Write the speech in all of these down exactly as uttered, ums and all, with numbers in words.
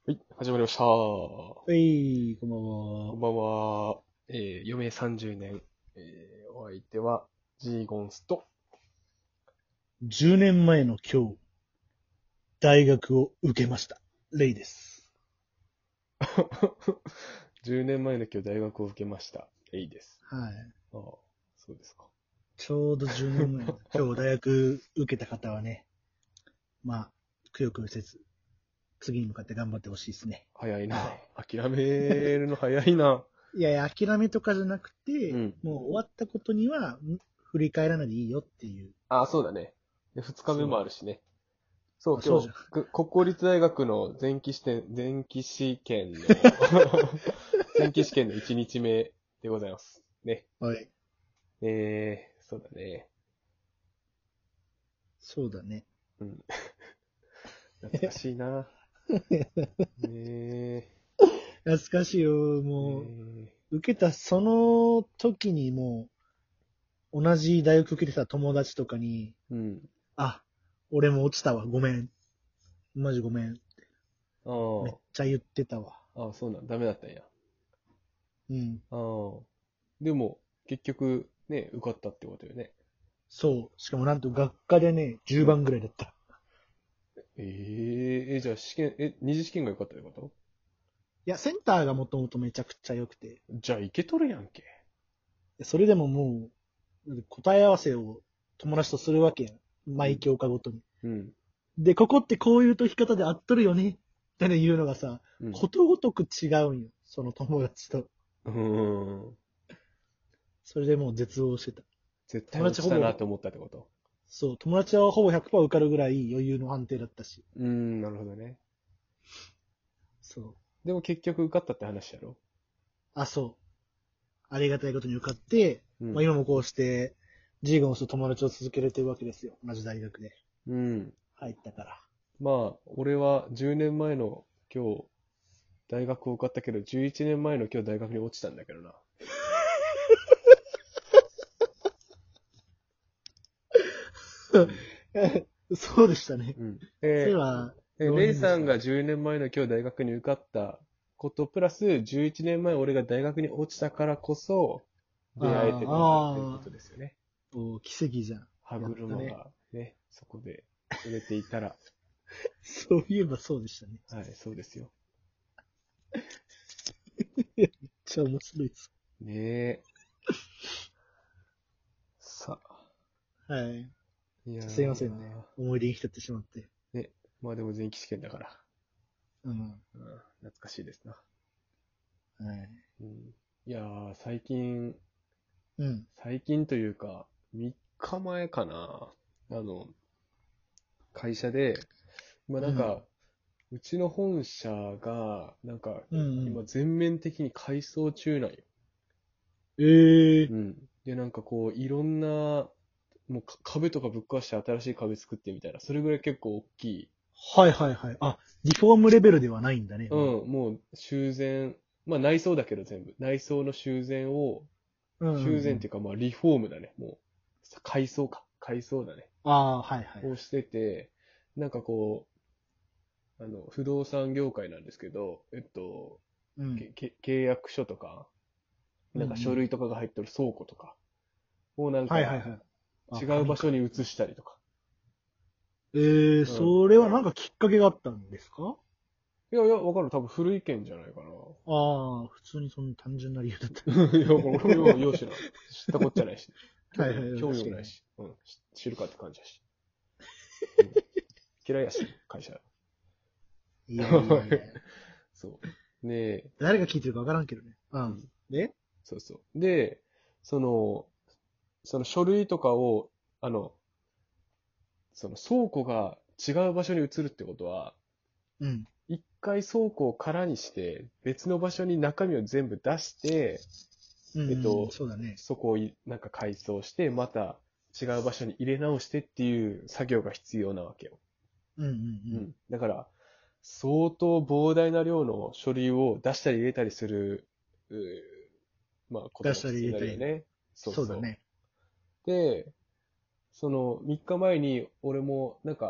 はい、始まりました。こはい、こんばんは。 んばんは。えー、余命さんじゅうねん。えー、お相手は、ジーゴンスと、 じゅうねんまえの今日、大学を受けました。レイです。 じゅうねんまえの今日大学を受けました。エイです。 はい。 ああ、そうですか。 ちょうどじゅうねんまえの今日大学受けた方はね、まあ、くよくよせず、次に向かって頑張ってほしいですね。 早いな。 はい。 諦めるの早いな。 いやいや、諦めとかじゃなくて、 うん。 もう終わったことには、ん振り返らないでいいよっていう。 ああ、そうだね。で、二日目そう。 もあるしね。そう、 あ、そうじゃん。 今日、く国公立大学の前期試験、前期試験の前期試験のいちにちめでございます。ね。 はい。 えー、そうだね。 そうだね。 うん。懐かしいな。ね懐かしいよ。 え。 もえう、受けたその時にもう、同じ大学受けてた友達とかに、 ー、うん。 あ、俺も落ちたわ。ごめん。マジごめん。めっあちゃ言ってたわ。 あ、ああ、そうなん、ダメだったんや。 うん。 ああ。でも、結局、ね、受かったってことよね。 そう。しかもなんと学科でね、じゅうばんぐらいだった。 えええ、じゃあ試験、え、二次試験が良かったってこと？ いや、センターがもともとめちゃくちゃ良くて。 じゃあいけとるやんけ。 それでももう、答え合わせを友達とするわけやん。 うん。 毎教科ごとに。 うん。 で、ここってこういう解き方で合っとるよね。って言うのがさ、 うん。 ことごとく違うんよ。その友達と。 うーん。 それでもう絶望してた。 絶対友達ほぼ、 落ちたなと思ったってこと？ そう、友達はほぼひゃくパーセント受かるぐらい余裕の判定だったし。 うーん、なるほどね。 そう。 でも結局受かったって話やろ？ あ、そう。ありがたいことに受かって、まあ、 うん。 今もこうして、ジーゴンスと友達を続けれてるわけですよ。同じ大学で。 うん。 入ったから。 まあ、俺はじゅうねんまえの今日、大学を受かったけど、じゅういちねんまえの今日大学に落ちたんだけどな。うん。 そうでしたね。 うん。 そういえで、 ば、 で浪レイさん人でしたね。 がじゅうねんまえの今日大学に受かったことプラス、じゅういちねんまえ俺が大学に落ちたからこそ、 あ出会えてるんだっていうこあ、あとですよね。 あ、お奇跡じゃん。 歯やったね。 車がね、そこで売れていたら、 そういえばそうでしたね。 はい、そうですよ。 めっちゃ面白いです。 ねえ。さあ、 はい。 いやすいませんね。 ー、 思い出に浸ってしまって。 ね、まあでも前期試験だから、 うん。 うん、懐かしいですな。 はい。 うん、いやー、最近、 うん。 最近というか、みっかまえかな。あの、会社で、まあうん。 なんか、うちの本社が、なんか、 うん。うん。 今全面的に改装中なんよ。 ええ、 うん。で、なんかこう、いろんな、もうか壁とかぶっ壊して新しい壁作ってみたいな、それぐらい結構大きい。 はいはいはい。あ、リフォームレベルではないんだね、 うまだ。 ん、もう修繕、まあ内装だけど全部。内装の修繕を、 うんうんうん。 修繕っていうかまあリフォームだね。もう、改装か。改装だね。 ああ、はいはいはい。 をしてて、なんかこう、あの、不動産業界なんですけど、えっと、 うん。 けけ契約書とか、なんか書うんうん。 類とかが入ってる倉庫とかをなんかはいはいはい。あ、 違う場所紙か。 に移したりとか。 ええ、 うん。 それはなんかきっかけがあったんですか？ いやいや、わかる。多分古い件じゃないかな。 ああ、普通にそんな単純な理由だっいや、俺もよう、よう知らん。知ったこっちゃないし。 た。 興味も、 はいはい、 興味確かにね。 もないし。うん。し知るかって感じだし。うん。嫌いやし、会社。 いやいやいや。 そう。で、 誰が聞いてるかわからんけどね。うん。 うん。 で、 そうそう。で、その、その書類とかを、あの、その倉庫が違う場所に移るってことは、 うん。 一回倉庫を空にして、別の場所に中身を全部出して、 うんうん、 えっと、 そうだね。 そこをいなんか改装して、また違う場所に入れ直してっていう作業が必要なわけよ。 うんうんうん。 うん。だから、相当膨大な量の書類を出したり入れたりする、うーまあ、こと出したりが必要に入れたり。 なるよね。そうそそうだね。 う。で、そのみっかまえに俺もなんか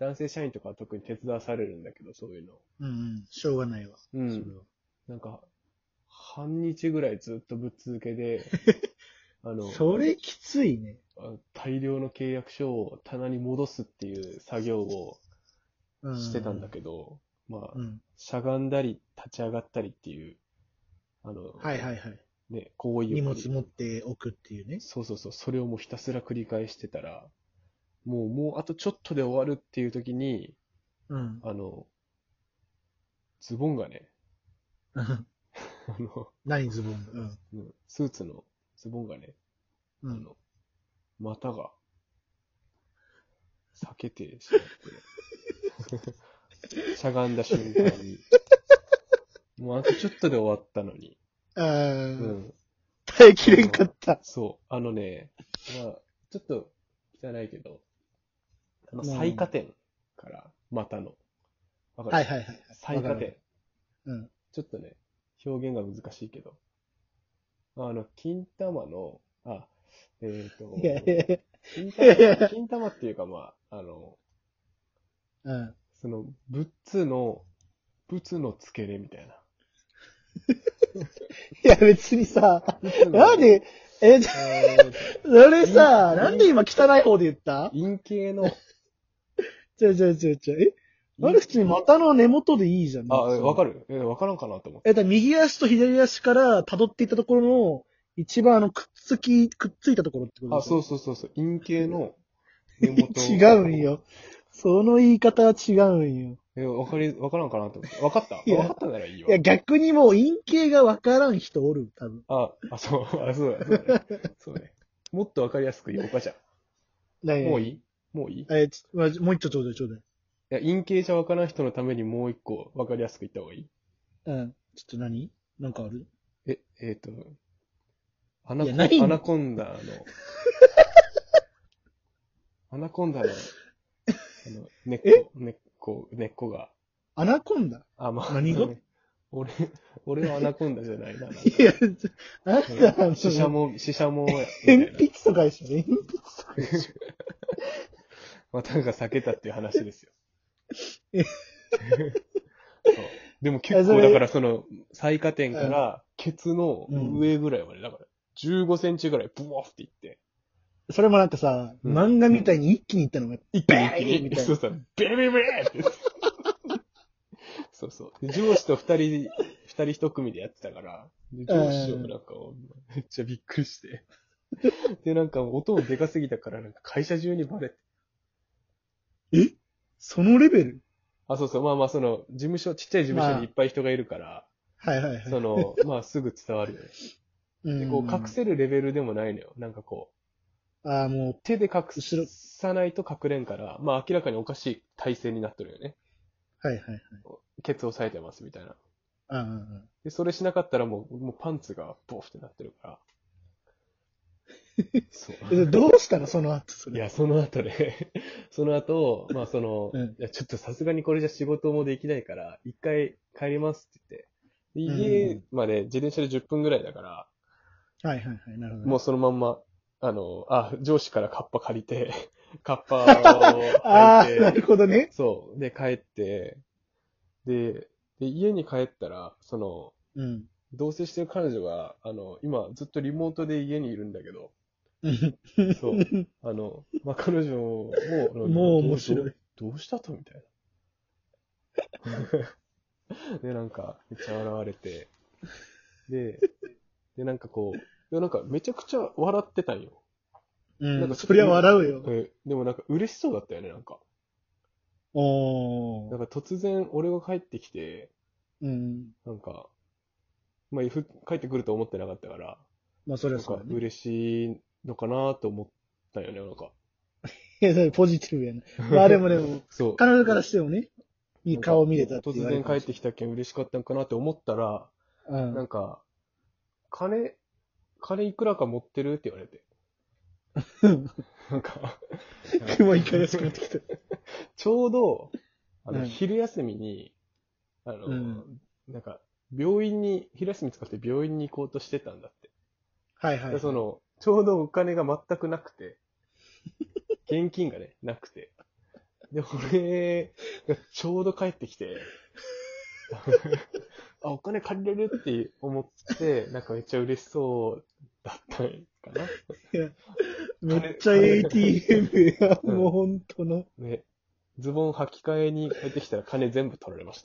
男性社員とかは特に手伝わされるんだけど、そういうの。 うんうん。しょうがないわ。 うんそれは。 なんか、半日ぐらいずっとぶっ続けで、あの、 それきついね。 あ大量の契約書を棚に戻すっていう作業をうん。 してたんだけど、まあ、 うん。 しゃがんだり立ち上がったりっていう、あの、 はいはいはい。 ね、行為を荷繰り物持っておくっていうね。 そうそうそう、それをもうひたすら繰り返してたら、もう、もうあとちょっとで終わるっていう時に、 うん。 あの、ズボンがね、あの、 何ズボンが。うん。 うんスーツのズボンがね、 うん。 あの、股が裂けてしまって、しゃがんだ瞬間に、もうあとちょっとで終わったのに、 ああ、 うん。 耐えきれんかった。 そう。あのね、まあ、ちょっと汚いけど、あの、 うん最下点から股の。わかるはいはいはい。 最下点わかる。うん。 ちょっとね、表現が難しいけど、あの、金玉の、あ、えっ、 いやいと、 やいや。 金いやいや玉、金玉っていうかまあ、あの、 うん。 その、仏の、仏の付け根みたいな。 いや別にさ、 仏のなんで、え、 えーそれさ、 陰なんで今汚い方で言った陰茎の、 ちょちょちょちょ、えなんで普通に股の根元でいいじゃん。 あ、わかる。 るえ、わからんかなと思って。 え、だから右足と左足から辿っていったところの、一番あの、くっつき、くっついたところってことあ、 でしょそうそうそうそう、陰茎の根元。 違うんよ。その言い方は違うんよ。 え、わかり、わからんかなと思って。わかったいやわかったならいいわ。 いや、逆にもう陰茎がわからん人おる、多分。 あ、あ、そう、あ、そうだ、そうだね。そうね。もっとわかりやすく言おうか、じゃあ。もういいいもういいいえ、ちまもう一丁ちょうだい、ちょうだい。 や、陰茎じゃわからん人のためにもう一個わかりやすく言った方がいいうん。ちょっと何なんかあるえ、えっ、と、アナコいやないアナコンダの、アナコンダの、あの、根っこ、根っこ、根っこが、 アナコンダあ、まあ、 何が俺、俺はアナコンダじゃないな。なんかいや、ちょあんた、あの、 シシャモ、シシャモや。 鉛筆とかでしょ鉛筆とかでしょ股が裂けたっていう話ですよ。 えそうでも結構、 あそれだからその、最下点から、ケツの上ぐらいまで、だから、じゅうごセンチぐらい、ブワーっていって、 それもなんかさ、 うん漫画みたいに一気にいったのが、 一気に一気に、 ベーンみたいなそうそう、ベリベリベリって。そうそう。で上司と二人、二人一組でやってたから、で上司をなんか、めっちゃびっくりして。で、なんか音もでかすぎたから、なんか会社中にバレて。 えそのレベルあ、そうそう。まあまあ、その、事務所、ちっちゃい事務所にいっぱい人がいるから、 はいはいはい。 その、まあすぐ伝わるよね。 うん、 で、こう隠せるレベルでもないのよ。なんかこう、 ああ、も手で隠後ろさないと隠れんから、まあ明らかにおかしい体勢になってるよね。 う、はいはいはい。 ケツ押さえてますみたいな。 ああ、 で、それしなかったらもう、もうパンツがボーってなってるから。そう。 えどうしたのその後、それ。 いや、その後ね、その後、まあその、 うんいや、ちょっとさすがにこれじゃ仕事もできないから、一回帰りますって言って、 うんで家まで自転車でじゅっぷんぐらいだから、 はいはいはい、なるほどね。 もうそのまんま、あの、あ、上司からカッパ借りて、カッパをああ、 履いなるて、 ほどね。 そう、で、帰って、で、で、家に帰ったら、その、 うん。 同棲してる彼女が、あの、今ずっとリモートで家にいるんだけど、そう、あの、まあ、彼女も、 もう面白い。 どどどうしたとみたいな。で、なんか、めっちゃ笑われて、で、で、なんかこう、でもなんかめちゃくちゃ笑ってたんよ。 うん。 なんかそりゃ笑うよ。 えでもなんか嬉しそうだったよね、なんか。 おー。 なんか突然俺が帰ってきて、 うん。 なんか、まあ、ふ帰ってくると思ってなかったから、 まあそりなんゃそうだね。 か嬉しいのかなと思ったよね、なんか。 いや、それポジティブやな。まあでもでも、 そう。 彼女からしてもね、いいなんか顔見れたって突言われ然帰ってきたけん嬉しかったんかなって思ったら、 うん。 なんか、金、金いくらか持ってるって言われて。なんか、 雲いかやすくなってきた。 ちょうど、あの、 うん昼休みに、あの、 うんなんか、病院に、昼休み使って病院に行こうとしてたんだって。 はいはい、はい。 でその、ちょうどお金が全くなくて、現金がね、なくて。 で、俺がちょうど帰ってきて、あ、お金借りれるって思って、なんかめっちゃ嬉しそうだったんかな。 いや、めっちゃ エーティーエム や、 うんもう本当の。 ね。ズボン履き替えに帰ってきたら金全部取られました。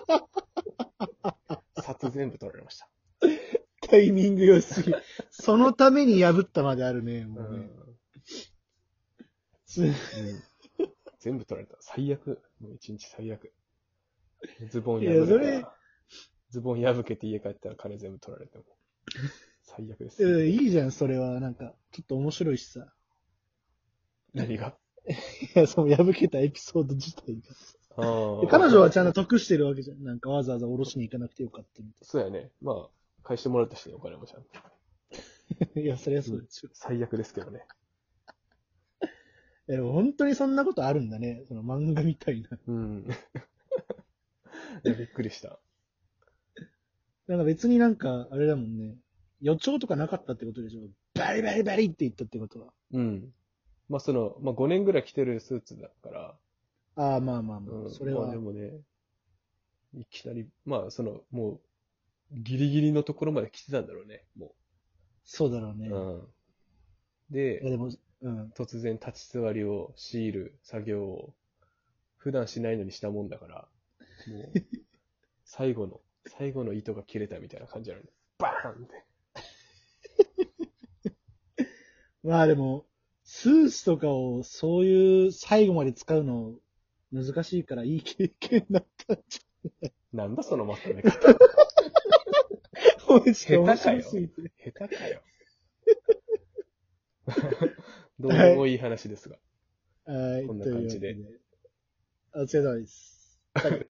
札全部取られました。 タイミング良すぎ。そのために破ったまであるね、もうね。 うん、全部取られた。最悪。もう一日最悪。ズボン破けいやそれた。ズボン破けて家帰ったら金全部取られても。最悪です、 うんいいじゃん、それは。なんか、ちょっと面白いしさ。 何がいや、その破けたエピソード自体あが。彼女はちゃんと得してるわけじゃん。なんかわざわざ下ろしに行かなくてよかったみたそうやね。まあ、返してもらったしね、お金もちゃんと。 いな。いや、そりゃそうですよ。 最悪ですけどね。 いや、でも本当にそんなことあるんだね。その漫画みたいな。 うん。いやびっくりした。 なんか別になんか、あれだもんね。予兆とかなかったってことでしょ。バリバリバリって言ったってことは。 うん。まあその、まあごねんぐらい着てるスーツだから、 ああ、まあまあまあ。 うん、 それは。 まあでもね、いきなり、まあその、もう、ギリギリのところまで来てたんだろうね、もそうだろうね。 う。うん。 いやで、 でも、うん。 突然立ち座りを強いる作業を、普段しないのにしたもんだから、もう、最後の、最後の糸が切れたみたいな感じなのね。バーンって。 まあでも、スーツとかをそういう最後まで使うの難しいからいい経験だったんじなんだそのまとめ方。 ゃん。 下手かよ。 面白すぎて下手かよ。どうでもいい話ですが。 はい。 こんな感じでというわけで。お疲れ様です。